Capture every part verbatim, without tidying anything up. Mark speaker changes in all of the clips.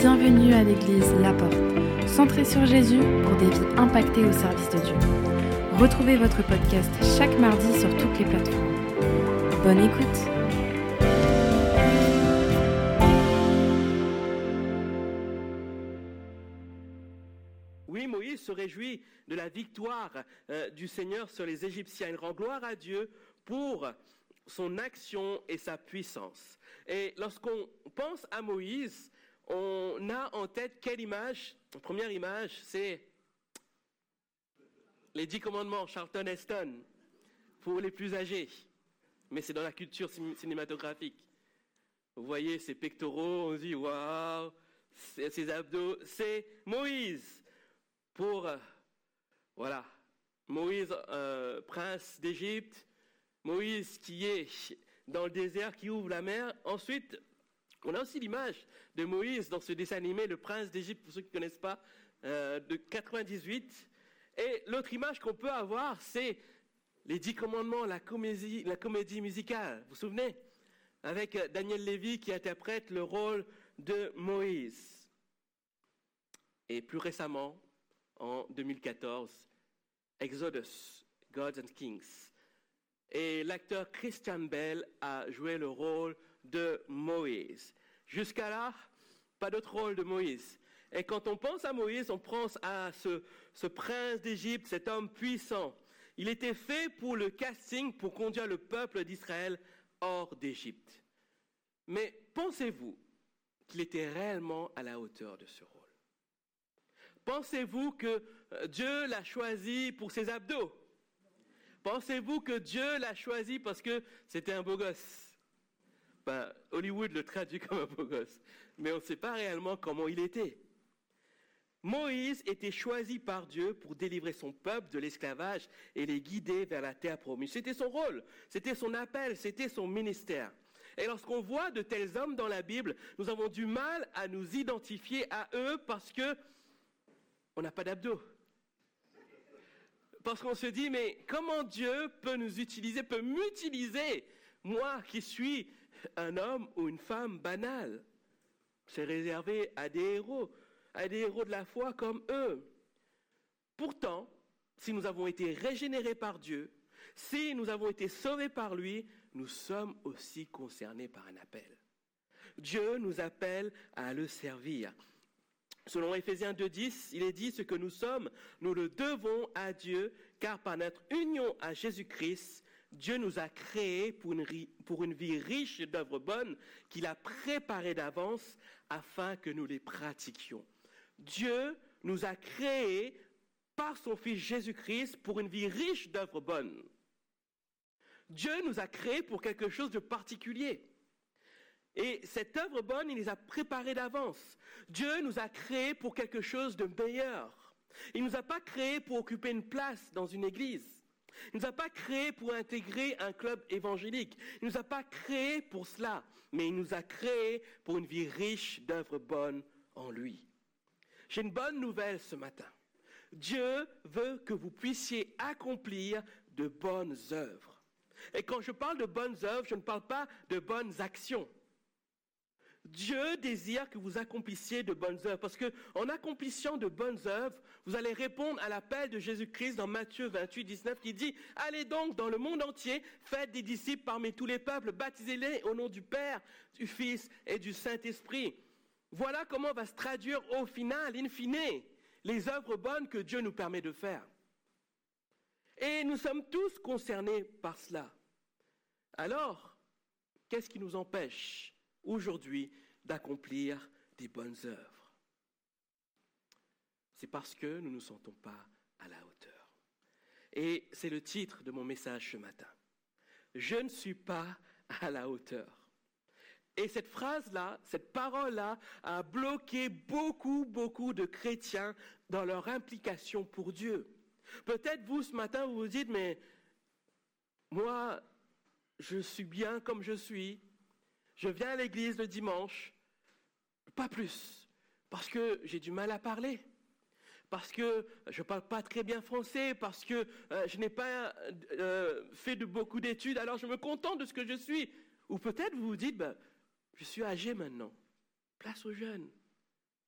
Speaker 1: Bienvenue à l'église La Porte, centrée sur Jésus pour des vies impactées au service de Dieu. Retrouvez votre podcast chaque mardi sur toutes les plateformes. Bonne écoute!
Speaker 2: Oui, Moïse se réjouit de la victoire euh, du Seigneur sur les Égyptiens. Il rend gloire à Dieu pour son action et sa puissance. Et lorsqu'on pense à Moïse, on a en tête quelle image? La première image, c'est les dix commandements, Charlton Heston, pour les plus âgés. Mais c'est dans la culture cinématographique. Vous voyez ces pectoraux, on se dit waouh, ces abdos, c'est Moïse. Pour, euh, voilà, Moïse, euh, prince d'Égypte, Moïse qui est dans le désert, qui ouvre la mer. Ensuite, on a aussi l'image de Moïse dans ce dessin animé, le prince d'Égypte, pour ceux qui ne connaissent pas, euh, de quatre-vingt-dix-huit. Et l'autre image qu'on peut avoir, c'est les dix commandements, la comédie, la comédie musicale. Vous vous souvenez? Avec Daniel Lévy qui interprète le rôle de Moïse. Et plus récemment, en deux mille quatorze, Exodus, Gods and Kings. Et l'acteur Christian Bale a joué le rôle de Moïse. Jusqu'à là, pas d'autre rôle de Moïse. Et quand on pense à Moïse, on pense à ce, ce prince d'Égypte, cet homme puissant. Il était fait pour le casting, pour conduire le peuple d'Israël hors d'Égypte. Mais pensez-vous qu'il était réellement à la hauteur de ce rôle? Pensez-vous que Dieu l'a choisi pour ses abdos? Pensez-vous que Dieu l'a choisi parce que c'était un beau gosse? Ben, Hollywood le traduit comme un beau gosse, mais on ne sait pas réellement comment il était. Moïse était choisi par Dieu pour délivrer son peuple de l'esclavage et les guider vers la terre promise. C'était son rôle, c'était son appel, c'était son ministère. Et lorsqu'on voit de tels hommes dans la Bible, nous avons du mal à nous identifier à eux parce que on n'a pas d'abdos. Parce qu'on se dit, mais comment Dieu peut nous utiliser, peut m'utiliser, moi qui suis un homme ou une femme banale? C'est réservé à des héros, à des héros de la foi comme eux. Pourtant, si nous avons été régénérés par Dieu, si nous avons été sauvés par lui, nous sommes aussi concernés par un appel. Dieu nous appelle à le servir. Selon Éphésiens deux dix, il est dit, ce que nous sommes, nous le devons à Dieu, car par notre union à Jésus-Christ, Dieu nous a créés pour une, pour une vie riche d'œuvres bonnes qu'il a préparées d'avance afin que nous les pratiquions. Dieu nous a créés par son Fils Jésus-Christ pour une vie riche d'œuvres bonnes. Dieu nous a créés pour quelque chose de particulier. Et cette œuvre bonne, il les a préparées d'avance. Dieu nous a créés pour quelque chose de meilleur. Il ne nous a pas créés pour occuper une place dans une église. Il ne nous a pas créés pour intégrer un club évangélique. Il ne nous a pas créés pour cela. Mais il nous a créés pour une vie riche d'œuvres bonnes en lui. J'ai une bonne nouvelle ce matin. Dieu veut que vous puissiez accomplir de bonnes œuvres. Et quand je parle de bonnes œuvres, je ne parle pas de bonnes actions. Dieu désire que vous accomplissiez de bonnes œuvres, parce qu'en accomplissant de bonnes œuvres, vous allez répondre à l'appel de Jésus-Christ dans Matthieu vingt-huit dix-neuf qui dit « Allez donc dans le monde entier, faites des disciples parmi tous les peuples, baptisez-les au nom du Père, du Fils et du Saint-Esprit. » Voilà comment va se traduire au final, in fine, les œuvres bonnes que Dieu nous permet de faire. Et nous sommes tous concernés par cela. Alors, qu'est-ce qui nous empêche aujourd'hui d'accomplir des bonnes œuvres? C'est parce que nous ne nous sentons pas à la hauteur. Et c'est le titre de mon message ce matin. Je ne suis pas à la hauteur. Et cette phrase-là, cette parole-là a bloqué beaucoup, beaucoup de chrétiens dans leur implication pour Dieu. Peut-être vous, ce matin, vous vous dites, mais moi, je suis bien comme je suis. Je viens à l'église le dimanche, pas plus, parce que j'ai du mal à parler, parce que je ne parle pas très bien français, parce que euh, je n'ai pas euh, fait de beaucoup d'études, alors je me contente de ce que je suis. Ou peut-être vous vous dites, ben, je suis âgé maintenant, place aux jeunes.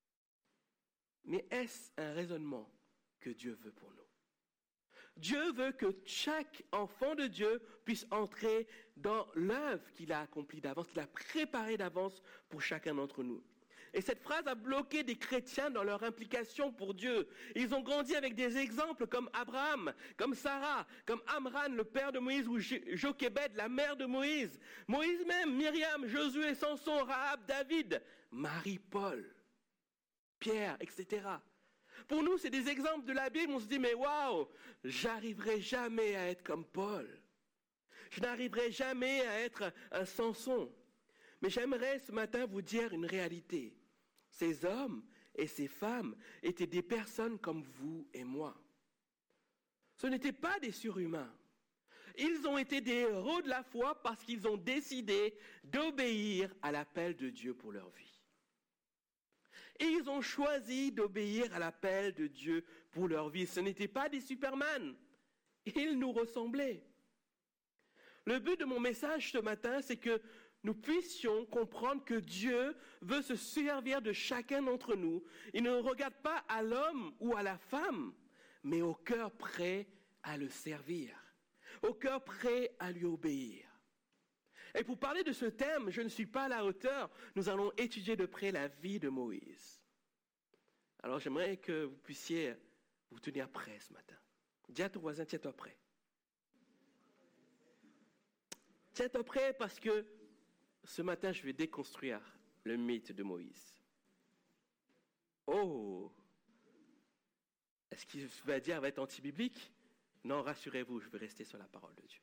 Speaker 2: Mais est-ce un raisonnement que Dieu veut pour nous? Dieu veut que chaque enfant de Dieu puisse entrer dans l'œuvre qu'il a accomplie d'avance, qu'il a préparée d'avance pour chacun d'entre nous. Et cette phrase a bloqué des chrétiens dans leur implication pour Dieu. Ils ont grandi avec des exemples comme Abraham, comme Sarah, comme Amran, le père de Moïse, ou Jochébed, la mère de Moïse. Moïse même, Myriam, Josué, Samson, Rahab, David, Marie, Paul, Pierre, et cetera. Pour nous, c'est des exemples de la Bible. On se dit, mais waouh, j'arriverai jamais à être comme Paul. Je n'arriverai jamais à être un Samson. Mais j'aimerais ce matin vous dire une réalité. Ces hommes et ces femmes étaient des personnes comme vous et moi. Ce n'étaient pas des surhumains. Ils ont été des héros de la foi parce qu'ils ont décidé d'obéir à l'appel de Dieu pour leur vie. Et ils ont choisi d'obéir à l'appel de Dieu pour leur vie. Ce n'étaient pas des Superman. Ils nous ressemblaient. Le but de mon message ce matin, c'est que nous puissions comprendre que Dieu veut se servir de chacun d'entre nous. Il ne regarde pas à l'homme ou à la femme, mais au cœur prêt à le servir, au cœur prêt à lui obéir. Et pour parler de ce thème, je ne suis pas à la hauteur, nous allons étudier de près la vie de Moïse. Alors j'aimerais que vous puissiez vous tenir prêts ce matin. Dis à ton voisin, tiens-toi prêt. Tiens-toi prêt parce que ce matin, je vais déconstruire le mythe de Moïse. Oh! Est-ce qu'il va dire va être anti-biblique? Non, rassurez-vous, je vais rester sur la parole de Dieu.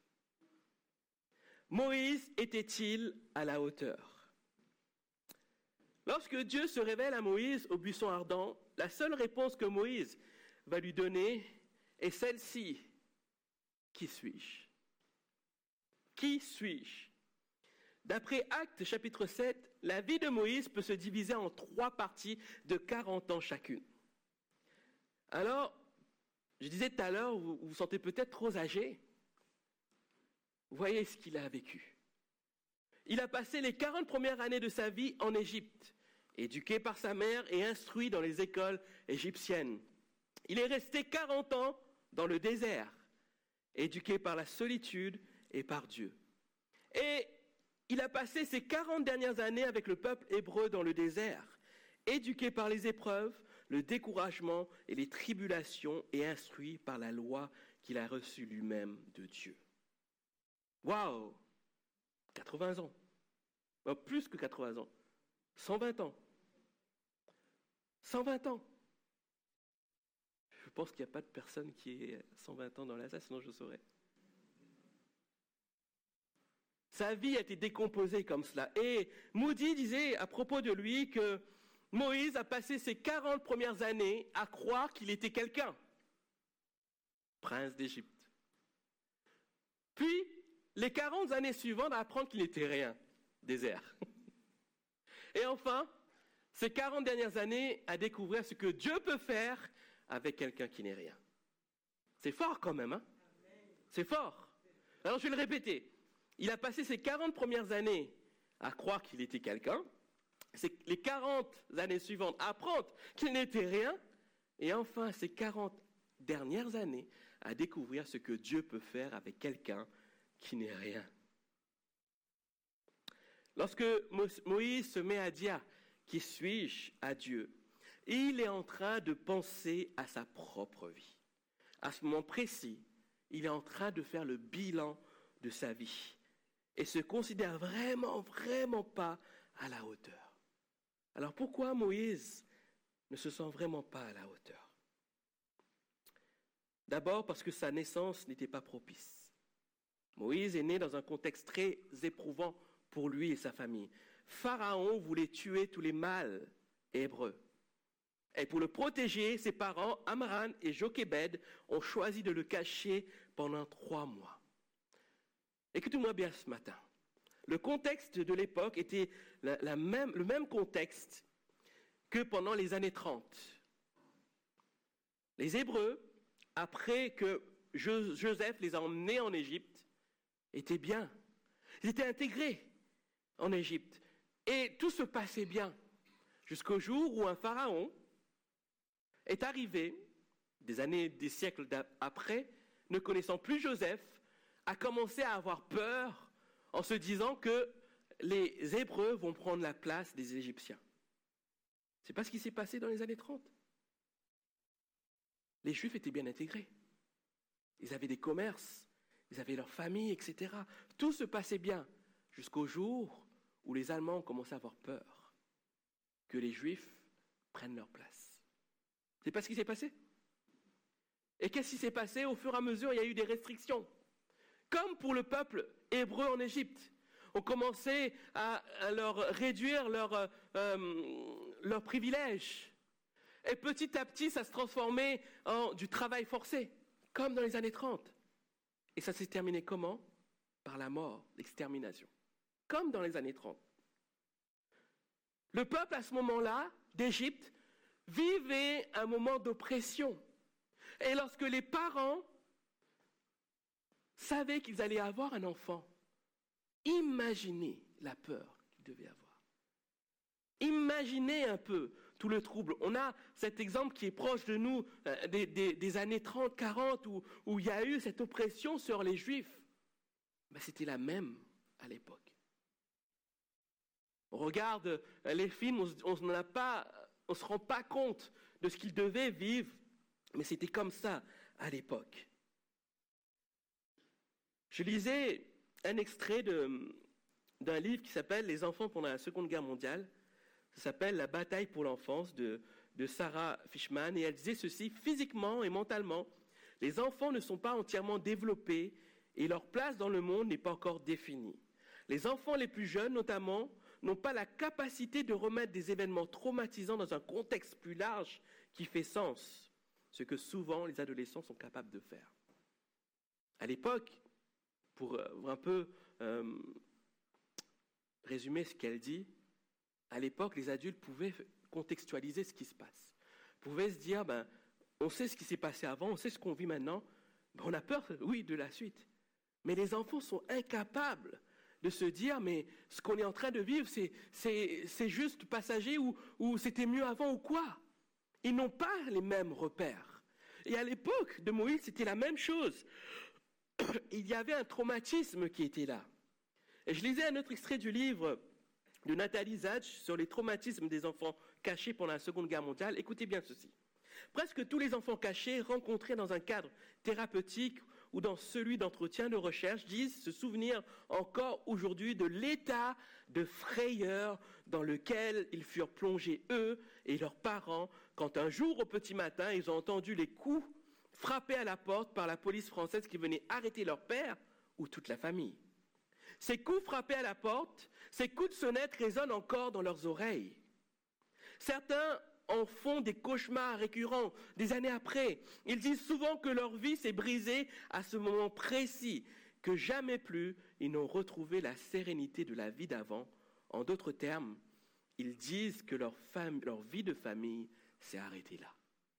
Speaker 2: Moïse était-il à la hauteur? Lorsque Dieu se révèle à Moïse au buisson ardent, la seule réponse que Moïse va lui donner est celle-ci. Qui suis-je? Qui suis-je? D'après Actes chapitre sept, la vie de Moïse peut se diviser en trois parties de quarante ans chacune. Alors, je disais tout à l'heure, vous vous sentez peut-être trop âgé. Voyez ce qu'il a vécu. Il a passé les quarante premières années de sa vie en Égypte, éduqué par sa mère et instruit dans les écoles égyptiennes. Il est resté quarante ans dans le désert, éduqué par la solitude et par Dieu. Et il a passé ses quarante dernières années avec le peuple hébreu dans le désert, éduqué par les épreuves, le découragement et les tribulations et instruit par la loi qu'il a reçue lui-même de Dieu. Waouh! quatre-vingts ans. Non, plus que quatre-vingts ans. cent vingt ans. cent vingt ans. Je pense qu'il n'y a pas de personne qui ait cent vingt ans dans la salle, sinon je saurais. Sa vie a été décomposée comme cela. Et Moody disait à propos de lui que Moïse a passé ses quarante premières années à croire qu'il était quelqu'un. Prince d'Égypte. Puis, les quarante années suivantes à apprendre qu'il n'était rien. Désert. Et enfin, ces quarante dernières années à découvrir ce que Dieu peut faire avec quelqu'un qui n'est rien. C'est fort quand même, hein? C'est fort. Alors je vais le répéter. Il a passé ses quarante premières années à croire qu'il était quelqu'un, c'est les quarante années suivantes à apprendre qu'il n'était rien, et enfin ces quarante dernières années à découvrir ce que Dieu peut faire avec quelqu'un qui n'est rien. Lorsque Moïse se met à dire « Qui suis-je » à Dieu, il est en train de penser à sa propre vie. À ce moment précis, il est en train de faire le bilan de sa vie et se considère vraiment, vraiment pas à la hauteur. Alors pourquoi Moïse ne se sent vraiment pas à la hauteur? D'abord parce que sa naissance n'était pas propice. Moïse est né dans un contexte très éprouvant pour lui et sa famille. Pharaon voulait tuer tous les mâles hébreux. Et pour le protéger, ses parents, Amran et Jochébed, ont choisi de le cacher pendant trois mois. Écoutez-moi bien ce matin. Le contexte de l'époque était la, la même, le même contexte que pendant les années trente. Les Hébreux, après que Joseph les a emmenés en Égypte, étaient bien. Ils étaient intégrés en Égypte. Et tout se passait bien. Jusqu'au jour où un pharaon est arrivé, des années, des siècles après, ne connaissant plus Joseph, a commencé à avoir peur en se disant que les Hébreux vont prendre la place des Égyptiens. C'est pas ce qui s'est passé dans les années trente. Les Juifs étaient bien intégrés. Ils avaient des commerces, ils avaient leur famille, et cetera. Tout se passait bien jusqu'au jour où les Allemands ont commencé à avoir peur que les Juifs prennent leur place. C'est pas ce qui s'est passé. Et qu'est-ce qui s'est passé? Au fur et à mesure, il y a eu des restrictions. Comme pour le peuple hébreu en Égypte. On commençait à, à leur réduire leurs euh, leur privilèges. Et petit à petit, ça se transformait en du travail forcé, comme dans les années trente. Et ça s'est terminé comment? Par la mort, l'extermination. Comme dans les années trente. Le peuple, à ce moment-là, d'Égypte, vivait un moment d'oppression. Et lorsque les parents savaient qu'ils allaient avoir un enfant, imaginez la peur qu'ils devaient avoir. Imaginez un peu tout le trouble. On a cet exemple qui est proche de nous euh, des, des, des années trente, quarante où, où il y a eu cette oppression sur les Juifs. Ben, c'était la même à l'époque. On regarde les films, on ne se rend pas compte de ce qu'ils devaient vivre, mais c'était comme ça à l'époque. Je lisais un extrait de, d'un livre qui s'appelle « Les enfants pendant la Seconde Guerre mondiale ». Ça s'appelle « La bataille pour l'enfance » de, de Sarah Fishman. Et elle disait ceci: « Physiquement et mentalement, les enfants ne sont pas entièrement développés et leur place dans le monde n'est pas encore définie. Les enfants les plus jeunes, notamment, n'ont pas la capacité de remettre des événements traumatisants dans un contexte plus large qui fait sens, ce que souvent les adolescents sont capables de faire. » À l'époque, pour un peu euh, résumer ce qu'elle dit, à l'époque, les adultes pouvaient contextualiser ce qui se passe. Ils pouvaient se dire, ben, on sait ce qui s'est passé avant, on sait ce qu'on vit maintenant, ben, on a peur, oui, de la suite. Mais les enfants sont incapables de se dire, mais ce qu'on est en train de vivre, c'est, c'est, c'est juste passager ou, ou c'était mieux avant ou quoi. Ils n'ont pas les mêmes repères. Et à l'époque de Moïse, c'était la même chose. Il y avait un traumatisme qui était là. Et je lisais un autre extrait du livre de Nathalie Zach sur les traumatismes des enfants cachés pendant la Seconde Guerre mondiale. Écoutez bien ceci. Presque tous les enfants cachés rencontrés dans un cadre thérapeutique ou dans celui d'entretien de recherche disent se souvenir encore aujourd'hui de l'état de frayeur dans lequel ils furent plongés, eux et leurs parents, quand un jour au petit matin, ils ont entendu les coups frappés à la porte par la police française qui venait arrêter leur père ou toute la famille. Ces coups frappés à la porte, ces coups de sonnette résonnent encore dans leurs oreilles. Certains en font des cauchemars récurrents des années après. Ils disent souvent que leur vie s'est brisée à ce moment précis, que jamais plus ils n'ont retrouvé la sérénité de la vie d'avant. En d'autres termes, ils disent que leur, fam- leur vie de famille s'est arrêtée là.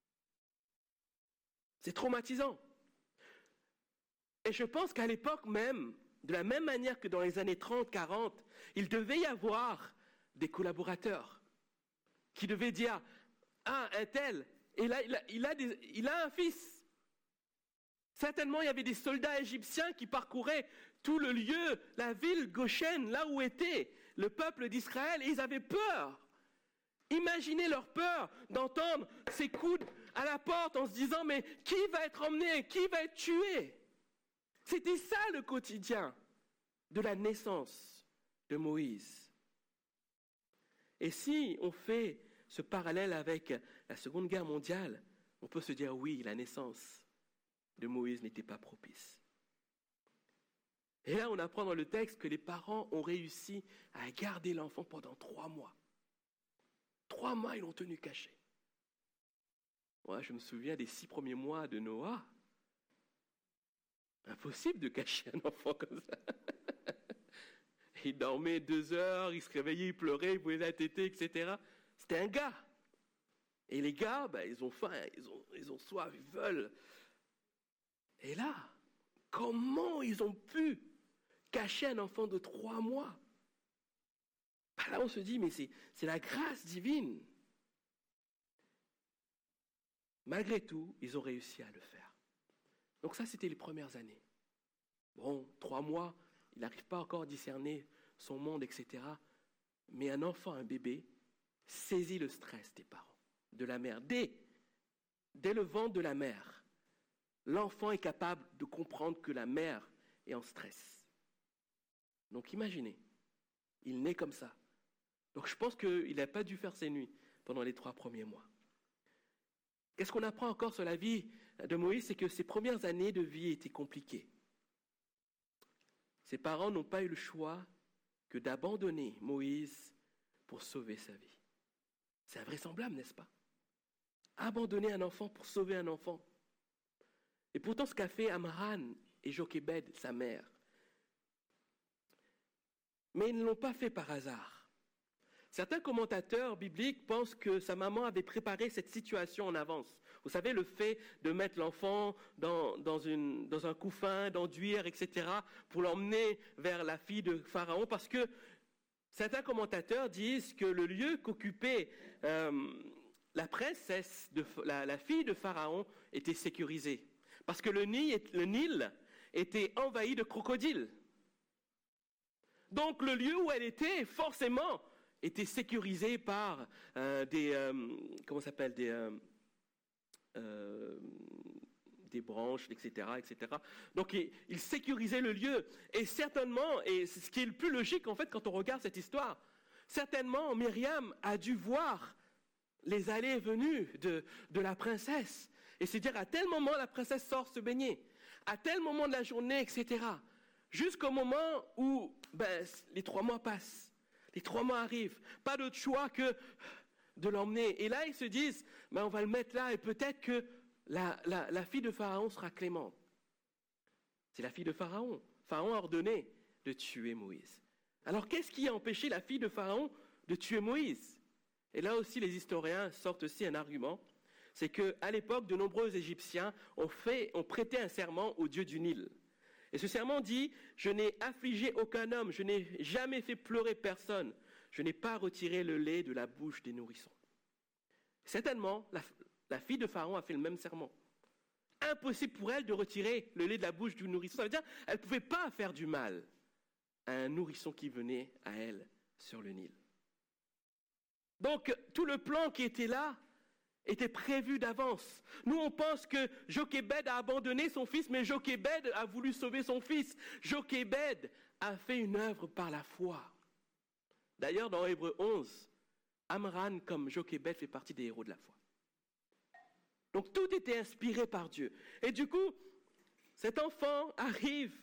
Speaker 2: C'est traumatisant. Et je pense qu'à l'époque même, de la même manière que dans les années trente, quarante, il devait y avoir des collaborateurs qui devaient dire « Ah, un tel, et là, il, a, il, a des, il a un fils ». Certainement, il y avait des soldats égyptiens qui parcouraient tout le lieu, la ville Goshen, là où était le peuple d'Israël, et ils avaient peur. Imaginez leur peur d'entendre ces coups à la porte en se disant « Mais qui va être emmené? Qui va être tué ?» C'était ça le quotidien de la naissance de Moïse. Et si on fait ce parallèle avec la Seconde Guerre mondiale, on peut se dire oui, la naissance de Moïse n'était pas propice. Et là, on apprend dans le texte que les parents ont réussi à garder l'enfant pendant trois mois. Trois mois, ils l'ont tenu caché. Moi, je me souviens des six premiers mois de Noah. Impossible de cacher un enfant comme ça. Il dormait deux heures, il se réveillait, il pleurait, il pouvait la téter, et cetera. C'était un gars. Et les gars, ben, ils ont faim, ils ont, ils ont soif, ils veulent. Et là, comment ils ont pu cacher un enfant de trois mois? Ben là, on se dit, mais c'est, c'est la grâce divine. Malgré tout, ils ont réussi à le faire. Donc ça, c'était les premières années. Bon, trois mois, il n'arrive pas encore à discerner son monde, et cetera. Mais un enfant, un bébé, saisit le stress des parents, de la mère. Dès, dès le ventre de la mère, l'enfant est capable de comprendre que la mère est en stress. Donc imaginez, il naît comme ça. Donc je pense qu'il n'a pas dû faire ses nuits pendant les trois premiers mois. Qu'est-ce qu'on apprend encore sur la vie de Moïse? C'est que ses premières années de vie étaient compliquées. Ses parents n'ont pas eu le choix que d'abandonner Moïse pour sauver sa vie. C'est invraisemblable, n'est-ce pas? Abandonner un enfant pour sauver un enfant. Et pourtant, ce qu'a fait Amran et Jochébed, sa mère. Mais ils ne l'ont pas fait par hasard. Certains commentateurs bibliques pensent que sa maman avait préparé cette situation en avance. Vous savez, le fait de mettre l'enfant dans, dans, une, dans un couffin, d'enduire, et cetera, pour l'emmener vers la fille de Pharaon, parce que certains commentateurs disent que le lieu qu'occupait euh, la princesse, de, la, la fille de Pharaon, était sécurisé. Parce que le Nil, le Nil était envahi de crocodiles. Donc le lieu où elle était, forcément, était sécurisé par euh, des, euh, comment ça s'appelle, des, euh, euh, des branches, et cetera, et cetera. Donc il, il sécurisait le lieu. Et certainement, et c'est ce qui est le plus logique en fait quand on regarde cette histoire, certainement Myriam a dû voir les allées et venues de, de la princesse. Et se dire à tel moment la princesse sort se baigner, à tel moment de la journée, et cetera. Jusqu'au moment où ben, les trois mois passent. Les trois mois arrivent. Pas d'autre choix que de l'emmener. Et là, ils se disent, ben, on va le mettre là et peut-être que la, la, la fille de Pharaon sera clémente. C'est la fille de Pharaon. Pharaon a ordonné de tuer Moïse. Alors, qu'est-ce qui a empêché la fille de Pharaon de tuer Moïse? Et là aussi, les historiens sortent aussi un argument. C'est qu'à l'époque, de nombreux Égyptiens ont, fait, ont prêté un serment au dieu du Nil. Et ce serment dit, je n'ai affligé aucun homme, je n'ai jamais fait pleurer personne, je n'ai pas retiré le lait de la bouche des nourrissons. Certainement, la, la fille de Pharaon a fait le même serment. Impossible pour elle de retirer le lait de la bouche du nourrisson. Ça veut dire qu'elle ne pouvait pas faire du mal à un nourrisson qui venait à elle sur le Nil. Donc, tout le plan qui était là était prévu d'avance. Nous, on pense que Jochébed a abandonné son fils, mais Jochébed a voulu sauver son fils. Jochébed a fait une œuvre par la foi. D'ailleurs, dans Hébreux onze, Amran, comme Jochébed, fait partie des héros de la foi. Donc, tout était inspiré par Dieu. Et du coup, cet enfant arrive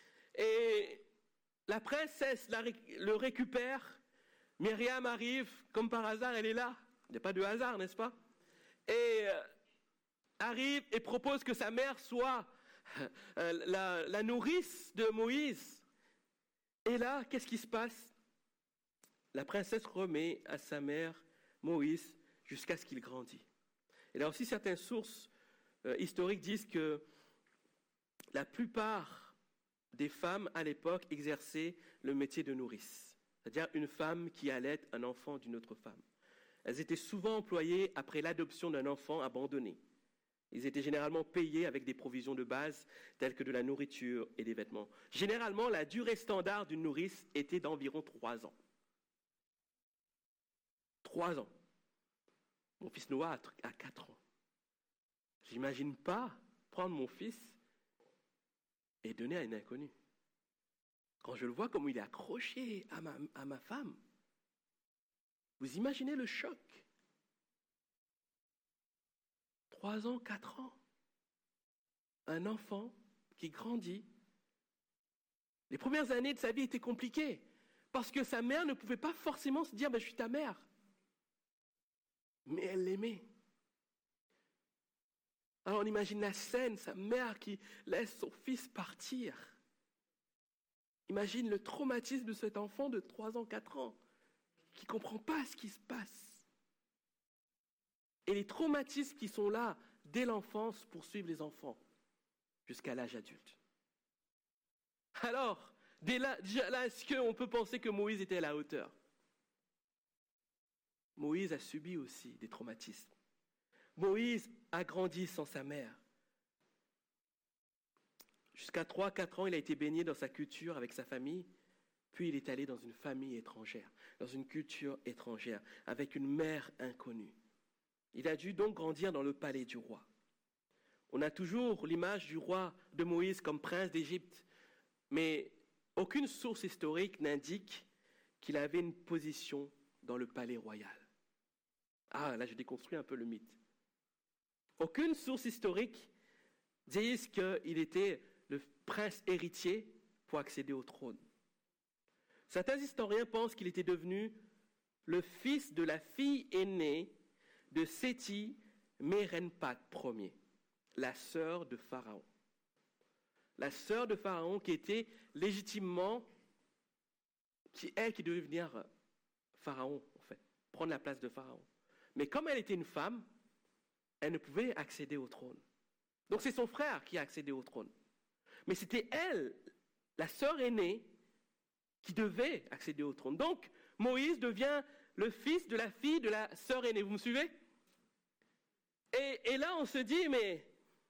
Speaker 2: et la princesse la, le récupère. Myriam arrive, comme par hasard, elle est là. Il n'y a pas de hasard, n'est-ce pas? Et euh, arrive et propose que sa mère soit euh, la, la nourrice de Moïse. Et là, qu'est-ce qui se passe? La princesse remet à sa mère Moïse jusqu'à ce qu'il grandisse. Et là aussi, certaines sources euh, historiques disent que la plupart des femmes à l'époque exerçaient le métier de nourrice, c'est-à-dire une femme qui allait un enfant d'une autre femme. Elles étaient souvent employées après l'adoption d'un enfant abandonné. Ils étaient généralement payés avec des provisions de base telles que de la nourriture et des vêtements. Généralement, la durée standard d'une nourrice était d'environ trois ans. Trois ans. Mon fils Noah a quatre ans. J'imagine pas prendre mon fils et donner à une inconnue. Quand je le vois comme il est accroché à ma, à ma femme, vous imaginez le choc? Trois ans, quatre ans. Un enfant qui grandit. Les premières années de sa vie étaient compliquées parce que sa mère ne pouvait pas forcément se dire ben, « je suis ta mère ». Mais elle l'aimait. Alors on imagine la scène, sa mère qui laisse son fils partir. Imagine le traumatisme de cet enfant de trois ans, quatre ans. Qui ne comprend pas ce qui se passe. Et les traumatismes qui sont là dès l'enfance poursuivent les enfants jusqu'à l'âge adulte. Alors, dès là, déjà là, est-ce qu'on peut penser que Moïse était à la hauteur? Moïse a subi aussi des traumatismes. Moïse a grandi sans sa mère. Jusqu'à trois à quatre ans, il a été baigné dans sa culture avec sa famille, puis il est allé dans une famille étrangère, dans une culture étrangère, avec une mère inconnue. Il a dû donc grandir dans le palais du roi. On a toujours l'image du roi de Moïse comme prince d'Égypte, mais aucune source historique n'indique qu'il avait une position dans le palais royal. Ah, là je déconstruis un peu le mythe. Aucune source historique dit qu'il était le prince héritier pour accéder au trône. Certains historiens pensent qu'il était devenu le fils de la fille aînée de Séti Mérenpat Ier, la sœur de Pharaon. La sœur de Pharaon qui était légitimement, qui, elle qui devait devenir Pharaon, en fait, prendre la place de Pharaon. Mais comme elle était une femme, elle ne pouvait accéder au trône. Donc c'est son frère qui a accédé au trône. Mais c'était elle, la sœur aînée, qui devait accéder au trône. Donc Moïse devient le fils de la fille de la sœur aînée. Vous me suivez ? et, et là on se dit, mais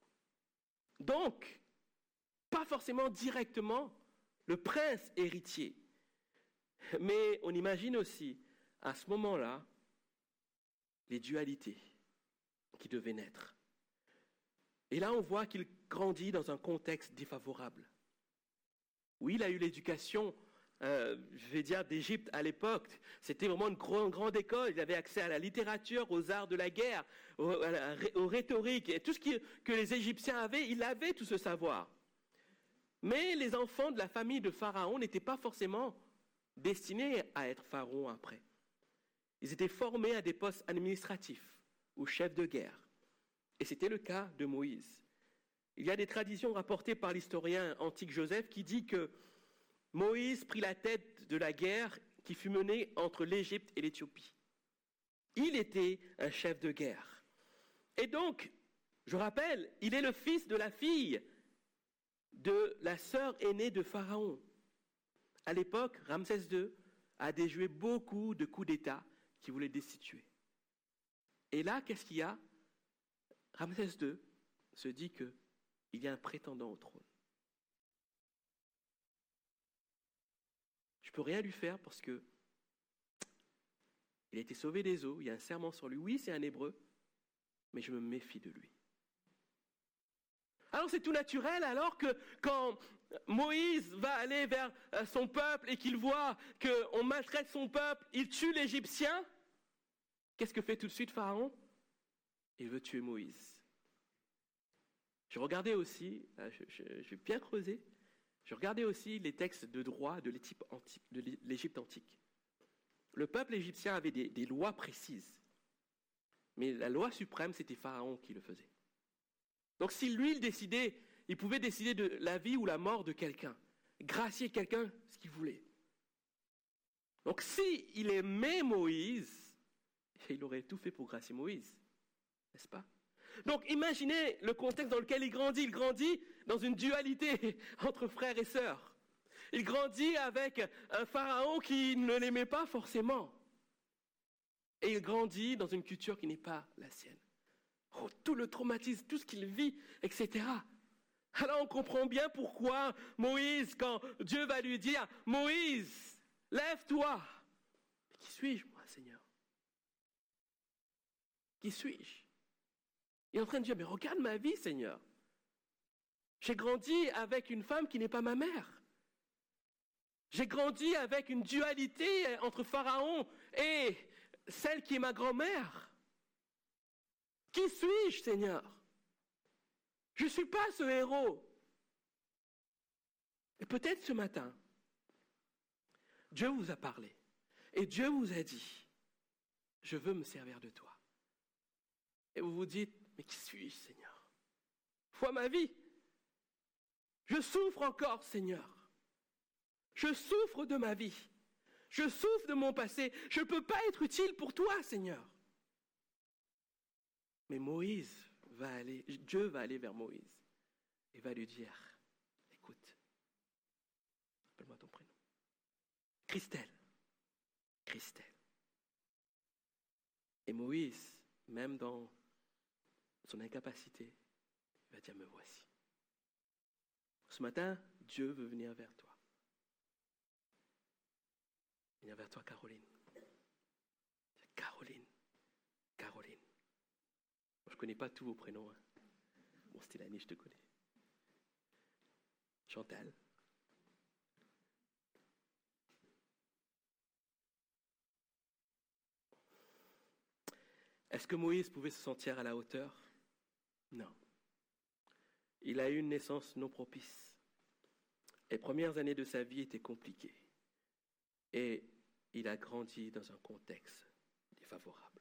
Speaker 2: donc, pas forcément directement le prince héritier. Mais on imagine aussi, à ce moment-là, les dualités qui devaient naître. Et là, on voit qu'il grandit dans un contexte défavorable. Oui, il a eu l'éducation, euh, je vais dire, d'Égypte à l'époque. C'était vraiment une grande, grande école. Il avait accès à la littérature, aux arts de la guerre, aux, aux rhétoriques. Et tout ce qui, que les Égyptiens avaient, il avait tout ce savoir. Mais les enfants de la famille de Pharaon n'étaient pas forcément destinés à être pharaons après. Ils étaient formés à des postes administratifs ou chefs de guerre. Et c'était le cas de Moïse. Il y a des traditions rapportées par l'historien antique Joseph qui dit que Moïse prit la tête de la guerre qui fut menée entre l'Égypte et l'Éthiopie. Il était un chef de guerre. Et donc, je rappelle, il est le fils de la fille de la sœur aînée de Pharaon. À l'époque, Ramsès deux a déjoué beaucoup de coups d'État qui voulaient destituer. Et là, qu'est-ce qu'il y a ? Ramsès deux se dit qu'il y a un prétendant au trône. Je ne peux rien lui faire parce que il a été sauvé des eaux, il y a un serment sur lui. Oui, c'est un Hébreu, mais je me méfie de lui. Alors c'est tout naturel, alors que quand Moïse va aller vers son peuple et qu'il voit qu'on maltraite son peuple, il tue l'Égyptien, qu'est-ce que fait tout de suite Pharaon ? Il veut tuer Moïse. Je regardais aussi, je, je, je vais bien creuser, je regardais aussi les textes de droit de l'Égypte antique. De l'Égypte antique. Le peuple égyptien avait des, des lois précises, mais la loi suprême, c'était Pharaon qui le faisait. Donc si lui, il décidait, il pouvait décider de la vie ou la mort de quelqu'un, gracier quelqu'un, ce qu'il voulait. Donc s'il aimait Moïse, il aurait tout fait pour gracier Moïse, n'est-ce pas ? Donc imaginez le contexte dans lequel il grandit. Il grandit dans une dualité entre frères et sœurs. Il grandit avec un pharaon qui ne l'aimait pas forcément. Et il grandit dans une culture qui n'est pas la sienne. Oh, tout le traumatisme, tout ce qu'il vit, et cetera. Alors on comprend bien pourquoi Moïse, quand Dieu va lui dire « Moïse, lève-toi !» Qui suis-je, moi, Seigneur ? Qui suis-je ? Il est en train de dire, mais regarde ma vie, Seigneur. J'ai grandi avec une femme qui n'est pas ma mère. J'ai grandi avec une dualité entre Pharaon et celle qui est ma grand-mère. Qui suis-je, Seigneur ? Je ne suis pas ce héros. Et peut-être ce matin, Dieu vous a parlé. Et Dieu vous a dit, je veux me servir de toi. Et vous vous dites, mais qui suis-je, Seigneur ? Vois ma vie. Je souffre encore, Seigneur. Je souffre de ma vie. Je souffre de mon passé. Je ne peux pas être utile pour toi, Seigneur. Mais Moïse va aller, Dieu va aller vers Moïse et va lui dire, écoute, appelle-moi ton prénom. Christelle. Christelle. Et Moïse, même dans son incapacité, il va dire, me voici. Ce matin, Dieu veut venir vers toi. Venir vers toi, Caroline. Caroline. Caroline. Je ne connais pas tous vos prénoms. Hein. Bon, Stélanie, je te connais. Chantal. Est-ce que Moïse pouvait se sentir à la hauteur? Non. Il a eu une naissance non propice. Les premières années de sa vie étaient compliquées. Et il a grandi dans un contexte défavorable.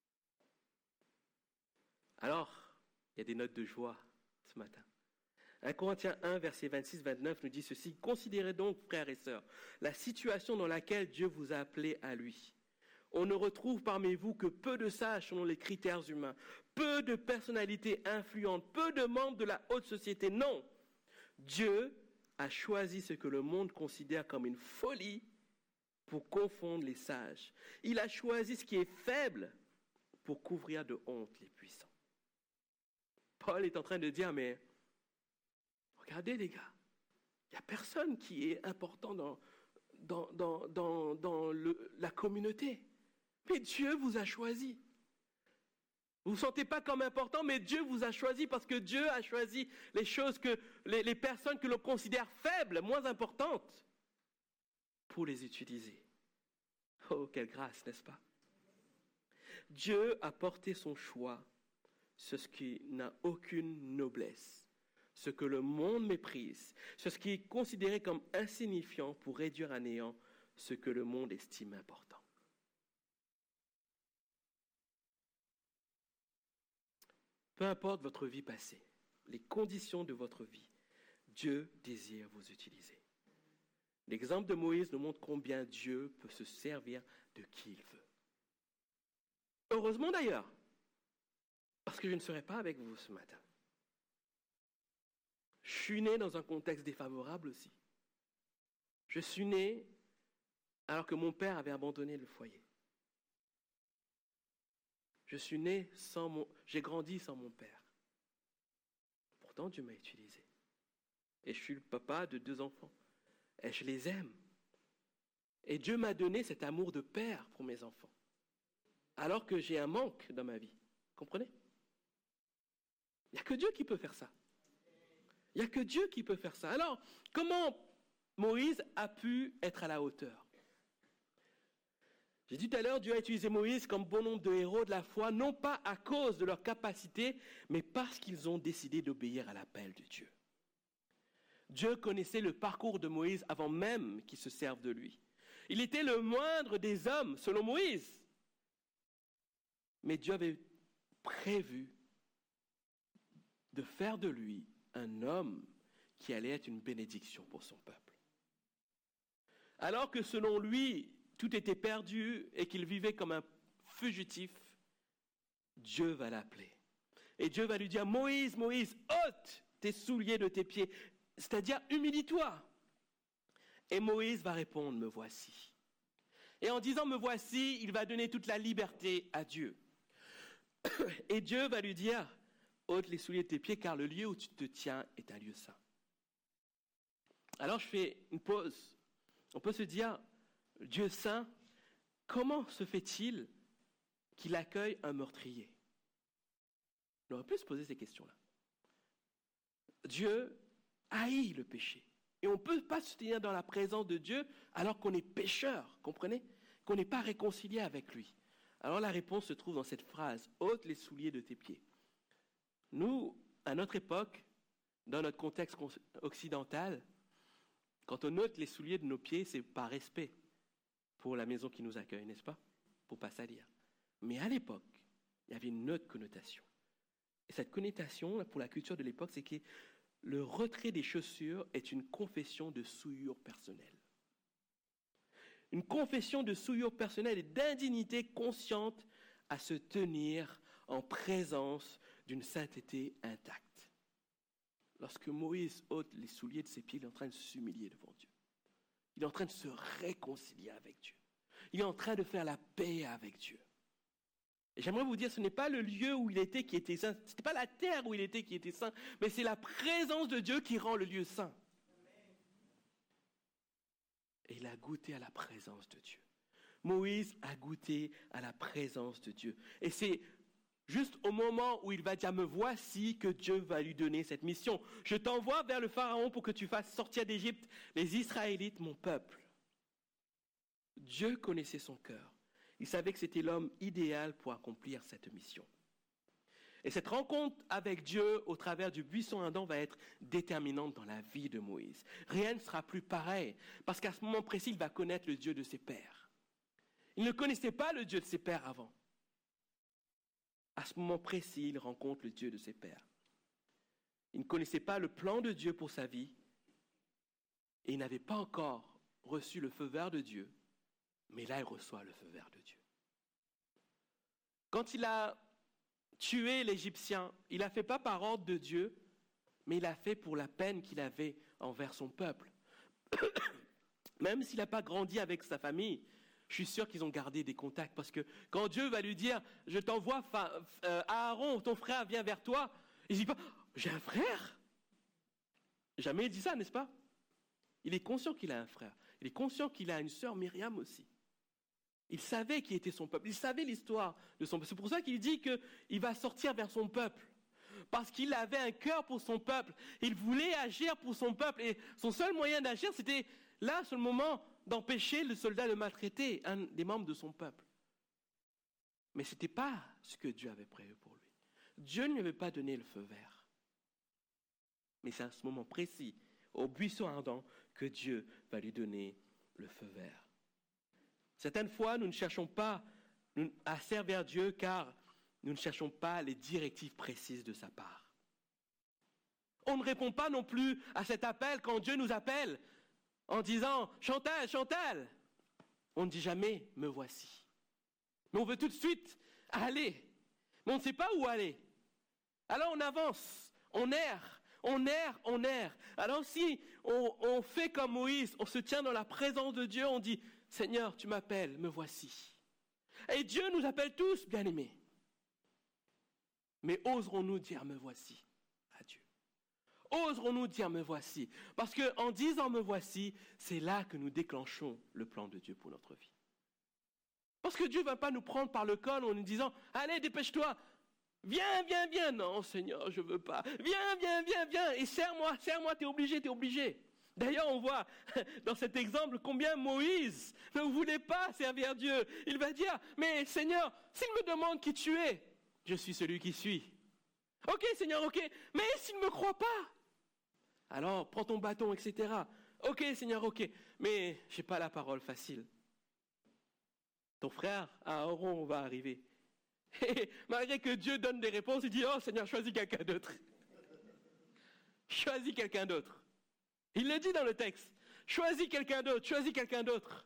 Speaker 2: Alors, il y a des notes de joie ce matin. un Corinthiens un, versets vingt-six vingt-neuf nous dit ceci. Considérez donc, frères et sœurs, la situation dans laquelle Dieu vous a appelés à lui. On ne retrouve parmi vous que peu de sages selon les critères humains, peu de personnalités influentes, peu de membres de la haute société. Non, Dieu a choisi ce que le monde considère comme une folie pour confondre les sages. Il a choisi ce qui est faible pour couvrir de honte les puissants. Paul est en train de dire, mais regardez les gars, il n'y a personne qui est important dans, dans, dans, dans, dans le, la communauté. Mais Dieu vous a choisi. Vous ne vous sentez pas comme important, mais Dieu vous a choisi parce que Dieu a choisi les choses que, les, les personnes que l'on considère faibles, moins importantes, pour les utiliser. Oh, quelle grâce, n'est-ce pas? Dieu a porté son choix sur ce qui n'a aucune noblesse, ce que le monde méprise, sur ce qui est considéré comme insignifiant pour réduire à néant ce que le monde estime important. Peu importe votre vie passée, les conditions de votre vie, Dieu désire vous utiliser. L'exemple de Moïse nous montre combien Dieu peut se servir de qui il veut. Heureusement d'ailleurs, parce que je ne serai pas avec vous ce matin. Je suis né dans un contexte défavorable aussi. Je suis né alors que mon père avait abandonné le foyer. Je suis né sans mon... J'ai grandi sans mon père. Pourtant, Dieu m'a utilisé. Et je suis le papa de deux enfants. Et je les aime. Et Dieu m'a donné cet amour de père pour mes enfants. Alors que j'ai un manque dans ma vie. Comprenez? Il n'y a que Dieu qui peut faire ça. Il n'y a que Dieu qui peut faire ça. Alors, comment Moïse a pu être à la hauteur? J'ai dit tout à l'heure, Dieu a utilisé Moïse comme bon nombre de héros de la foi, non pas à cause de leur capacité, mais parce qu'ils ont décidé d'obéir à l'appel de Dieu. Dieu connaissait le parcours de Moïse avant même qu'il se serve de lui. Il était le moindre des hommes, selon Moïse. Mais Dieu avait prévu de faire de lui un homme qui allait être une bénédiction pour son peuple. Alors que selon lui, tout était perdu et qu'il vivait comme un fugitif, Dieu va l'appeler. Et Dieu va lui dire, Moïse, Moïse, ôte tes souliers de tes pieds, c'est-à-dire humilie-toi. Et Moïse va répondre, me voici. Et en disant, me voici, il va donner toute la liberté à Dieu. Et Dieu va lui dire, ôte les souliers de tes pieds, car le lieu où tu te tiens est un lieu saint. Alors je fais une pause. On peut se dire, Dieu saint, comment se fait-il qu'il accueille un meurtrier? On aurait pu se poser ces questions-là. Dieu haït le péché. Et on ne peut pas se tenir dans la présence de Dieu alors qu'on est pécheur, comprenez? Qu'on n'est pas réconcilié avec lui. Alors la réponse se trouve dans cette phrase, « ôte les souliers de tes pieds ». Nous, à notre époque, dans notre contexte occidental, quand on ôte les souliers de nos pieds, c'est par respect pour la maison qui nous accueille, n'est-ce pas? Pour ne pas salir. Mais à l'époque, il y avait une autre connotation. Et cette connotation, pour la culture de l'époque, c'est que le retrait des chaussures est une confession de souillure personnelle. Une confession de souillure personnelle et d'indignité consciente à se tenir en présence d'une sainteté intacte. Lorsque Moïse ôte les souliers de ses pieds, il est en train de s'humilier devant Dieu. Il est en train de se réconcilier avec Dieu. Il est en train de faire la paix avec Dieu. Et j'aimerais vous dire, ce n'est pas le lieu où il était qui était saint, ce n'était pas la terre où il était qui était saint, mais c'est la présence de Dieu qui rend le lieu saint. Et il a goûté à la présence de Dieu. Moïse a goûté à la présence de Dieu. Et c'est juste au moment où il va dire, me voici, que Dieu va lui donner cette mission. Je t'envoie vers le Pharaon pour que tu fasses sortir d'Égypte les Israélites, mon peuple. Dieu connaissait son cœur. Il savait que c'était l'homme idéal pour accomplir cette mission. Et cette rencontre avec Dieu au travers du buisson ardent va être déterminante dans la vie de Moïse. Rien ne sera plus pareil, parce qu'à ce moment précis, il va connaître le Dieu de ses pères. Il ne connaissait pas le Dieu de ses pères avant. À ce moment précis, il rencontre le Dieu de ses pères. Il ne connaissait pas le plan de Dieu pour sa vie, et il n'avait pas encore reçu le feu vert de Dieu, mais là, il reçoit le feu vert de Dieu. Quand il a tué l'Égyptien, il l'a fait pas par ordre de Dieu, mais il l'a fait pour la peine qu'il avait envers son peuple. Même s'il n'a pas grandi avec sa famille, je suis sûr qu'ils ont gardé des contacts, parce que quand Dieu va lui dire, je t'envoie euh, Aaron, ton frère vient vers toi, il ne dit pas, j'ai un frère. Jamais il dit ça, n'est-ce pas? Il est conscient qu'il a un frère. Il est conscient qu'il a une sœur, Myriam aussi. Il savait qui était son peuple. Il savait l'histoire de son peuple. C'est pour ça qu'il dit qu'il va sortir vers son peuple. Parce qu'il avait un cœur pour son peuple. Il voulait agir pour son peuple. Et son seul moyen d'agir, c'était là, sur le moment, d'empêcher le soldat de maltraiter un des membres de son peuple. Mais ce n'était pas ce que Dieu avait prévu pour lui. Dieu ne lui avait pas donné le feu vert. Mais c'est à ce moment précis, au buisson ardent, que Dieu va lui donner le feu vert. Certaines fois, nous ne cherchons pas à servir Dieu car nous ne cherchons pas les directives précises de sa part. On ne répond pas non plus à cet appel quand Dieu nous appelle en disant « Chantal, Chantal !» On ne dit jamais « Me voici ». Mais on veut tout de suite aller. Mais on ne sait pas où aller. Alors on avance, on erre, on erre, on erre. Alors si on, on fait comme Moïse, on se tient dans la présence de Dieu, on dit « Seigneur, tu m'appelles, me voici ». Et Dieu nous appelle tous, bien-aimés. Mais oserons-nous dire « Me voici » à Dieu? Oserons-nous dire « Me voici » Parce qu'en disant « Me voici », c'est là que nous déclenchons le plan de Dieu pour notre vie. Parce que Dieu ne va pas nous prendre par le col en nous disant « Allez, dépêche-toi, viens, viens, viens ». Non, Seigneur, je ne veux pas. Viens, viens, viens, viens et serre-moi, serre-moi, t'es obligé, t'es obligé. D'ailleurs, on voit dans cet exemple combien Moïse ne voulait pas servir Dieu. Il va dire, mais Seigneur, s'il me demande qui tu es, je suis celui qui suis. Ok, Seigneur, ok, mais s'il ne me croit pas, alors prends ton bâton, et cetera. Ok, Seigneur, ok, mais je n'ai pas la parole facile. Ton frère, Aaron, va arriver. Et malgré que Dieu donne des réponses, il dit, oh Seigneur, choisis quelqu'un d'autre. Choisis quelqu'un d'autre. Il le dit dans le texte. Choisis quelqu'un d'autre, choisis quelqu'un d'autre.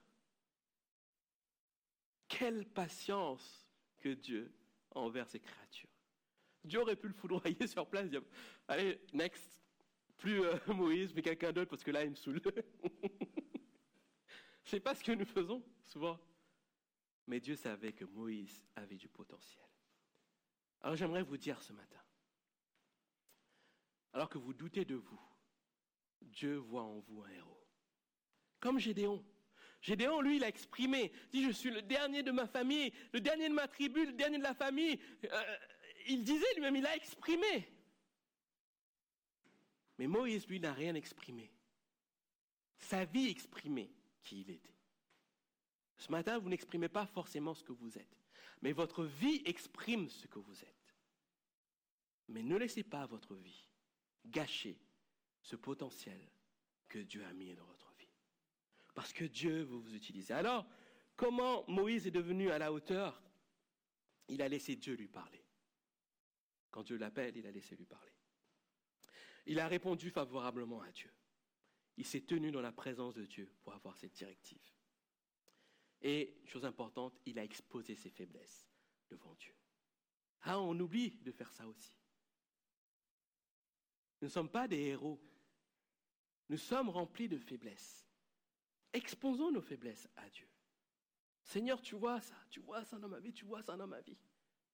Speaker 2: Quelle patience que Dieu a envers ses créatures. Dieu aurait pu le foudroyer sur place, dire, allez, next, plus euh, Moïse, mais quelqu'un d'autre, parce que là, il me saoule. C'est pas ce que nous faisons, souvent. Mais Dieu savait que Moïse avait du potentiel. Alors j'aimerais vous dire ce matin, alors que vous doutez de vous, Dieu voit en vous un héros. Comme Gédéon. Gédéon, lui, il a exprimé, il dit, je suis le dernier de ma famille, le dernier de ma tribu, le dernier de la famille. Euh, il disait lui-même, il a exprimé. Mais Moïse, lui, n'a rien exprimé. Sa vie exprimait qui il était. Ce matin, vous n'exprimez pas forcément ce que vous êtes, mais votre vie exprime ce que vous êtes. Mais ne laissez pas votre vie gâcher ce potentiel que Dieu a mis dans votre vie. Parce que Dieu veut vous utiliser. Alors, comment Moïse est devenu à la hauteur? Il a laissé Dieu lui parler. Quand Dieu l'appelle, il a laissé lui parler. Il a répondu favorablement à Dieu. Il s'est tenu dans la présence de Dieu pour avoir cette directive. Et, chose importante, il a exposé ses faiblesses devant Dieu. Ah, on oublie de faire ça aussi. Nous ne sommes pas des héros. Nous sommes remplis de faiblesses. Exposons nos faiblesses à Dieu. Seigneur, tu vois ça, tu vois ça dans ma vie, tu vois ça dans ma vie.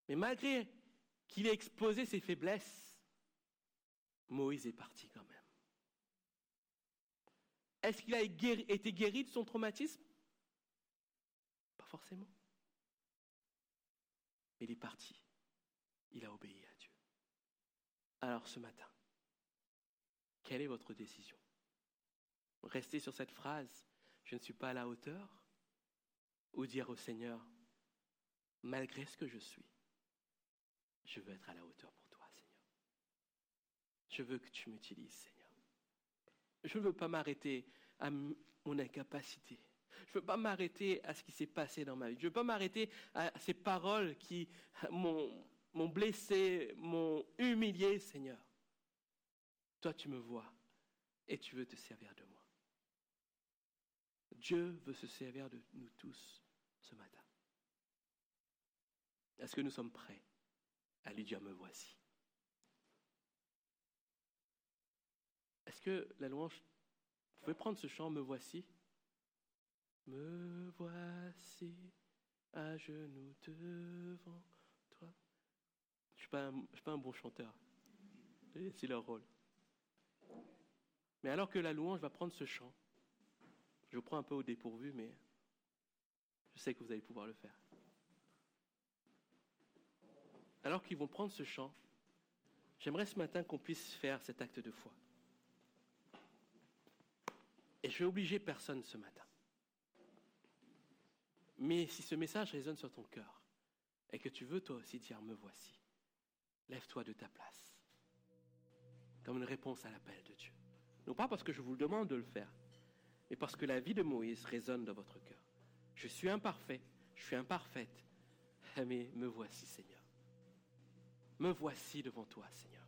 Speaker 2: Mais malgré qu'il ait exposé ses faiblesses, Moïse est parti quand même. Est-ce qu'il a guéri, été guéri de son traumatisme? Pas forcément. Mais il est parti. Il a obéi à Dieu. Alors ce matin, quelle est votre décision? Rester sur cette phrase, je ne suis pas à la hauteur, ou dire au Seigneur, malgré ce que je suis, je veux être à la hauteur pour toi, Seigneur. Je veux que tu m'utilises, Seigneur. Je ne veux pas m'arrêter à m- mon incapacité. Je ne veux pas m'arrêter à ce qui s'est passé dans ma vie. Je ne veux pas m'arrêter à ces paroles qui m'ont, m'ont blessé, m'ont humilié, Seigneur. Toi, tu me vois et tu veux te servir de moi. Dieu veut se servir de nous tous ce matin. Est-ce que nous sommes prêts à lui dire « me voici » ? Est-ce que la louange, vous pouvez prendre ce chant « me voici » ? Me voici à genoux devant toi. Je ne suis pas un, je suis pas un bon chanteur. C'est leur rôle. Mais alors que la louange va prendre ce chant, je vous prends un peu au dépourvu, mais je sais que vous allez pouvoir le faire. Alors qu'ils vont prendre ce chant, j'aimerais ce matin qu'on puisse faire cet acte de foi. Et je vais obliger personne ce matin. Mais si ce message résonne sur ton cœur et que tu veux toi aussi dire « me voici », lève-toi de ta place, comme une réponse à l'appel de Dieu. Non pas parce que je vous le demande de le faire, mais parce que la vie de Moïse résonne dans votre cœur. Je suis imparfait, je suis imparfaite, mais me voici, Seigneur. Me voici devant toi, Seigneur.